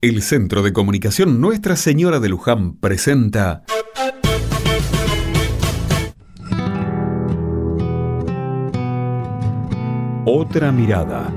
El Centro de Comunicación Nuestra Señora de Luján presenta Otra mirada.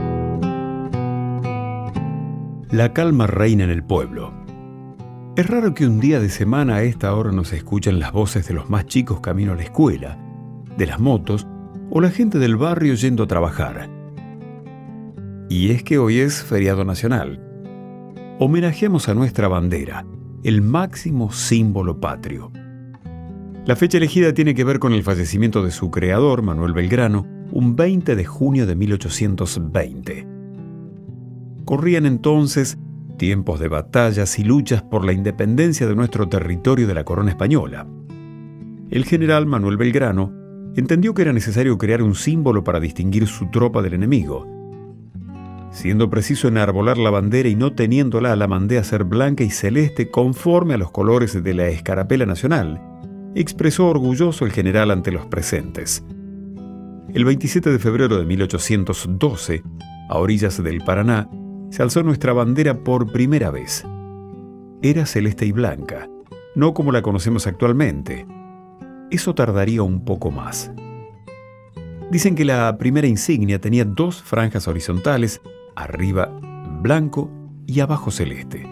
La calma reina en el pueblo. Es raro que un día de semana a esta hora no se escuchen las voces de los más chicos camino a la escuela, de las motos o la gente del barrio yendo a trabajar. Y es que hoy es feriado nacional. Homenajeamos a nuestra bandera, el máximo símbolo patrio. La fecha elegida tiene que ver con el fallecimiento de su creador, Manuel Belgrano, un 20 de junio de 1820. Corrían entonces tiempos de batallas y luchas por la independencia de nuestro territorio de la corona española. El general Manuel Belgrano entendió que era necesario crear un símbolo para distinguir su tropa del enemigo. Siendo preciso enarbolar la bandera y no teniéndola, la mandé a ser blanca y celeste conforme a los colores de la escarapela nacional, expresó orgulloso el general ante los presentes. El 27 de febrero de 1812, a orillas del Paraná, se alzó nuestra bandera por primera vez. Era celeste y blanca, no como la conocemos actualmente. Eso tardaría un poco más. Dicen que la primera insignia tenía 2 franjas horizontales, arriba blanco y abajo celeste.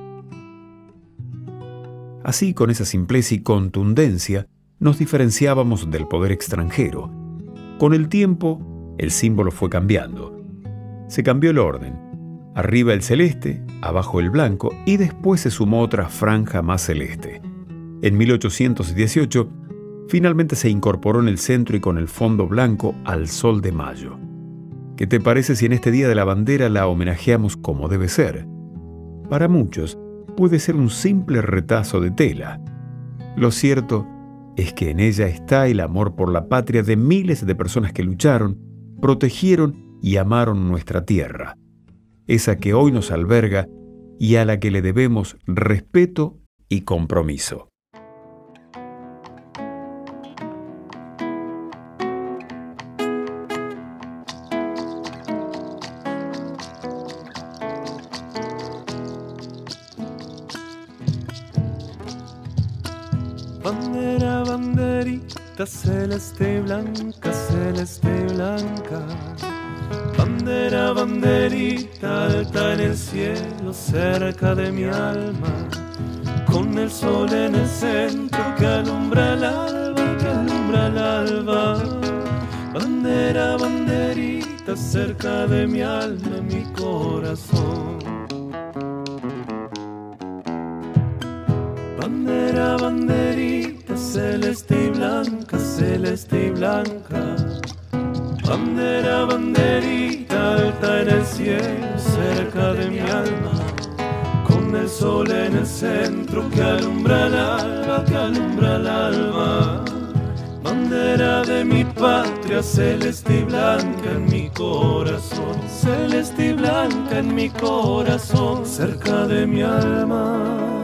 Así, con esa simpleza y contundencia, nos diferenciábamos del poder extranjero. Con el tiempo, el símbolo fue cambiando. Se cambió el orden. Arriba el celeste, abajo el blanco y después se sumó otra franja más celeste. En 1818, finalmente se incorporó en el centro y con el fondo blanco al sol de mayo. ¿Qué te parece si en este Día de la Bandera la homenajeamos como debe ser? Para muchos, puede ser un simple retazo de tela. Lo cierto es que en ella está el amor por la patria de miles de personas que lucharon, protegieron y amaron nuestra tierra, esa que hoy nos alberga y a la que le debemos respeto y compromiso. Bandera, banderita, celeste y blanca, celeste y blanca. Bandera, banderita, alta en el cielo, cerca de mi alma, con el sol en el centro que alumbra el alba, que alumbra el alba. Bandera, banderita, cerca de mi alma, en mi corazón. Bandera, banderita, celeste y blanca, celeste y blanca. Bandera, banderita, alta en el cielo, cerca de mi alma, con el sol en el centro que alumbra el alba, que alumbra el alba. Bandera de mi patria, celeste y blanca en mi corazón, celeste y blanca en mi corazón, cerca de mi alma.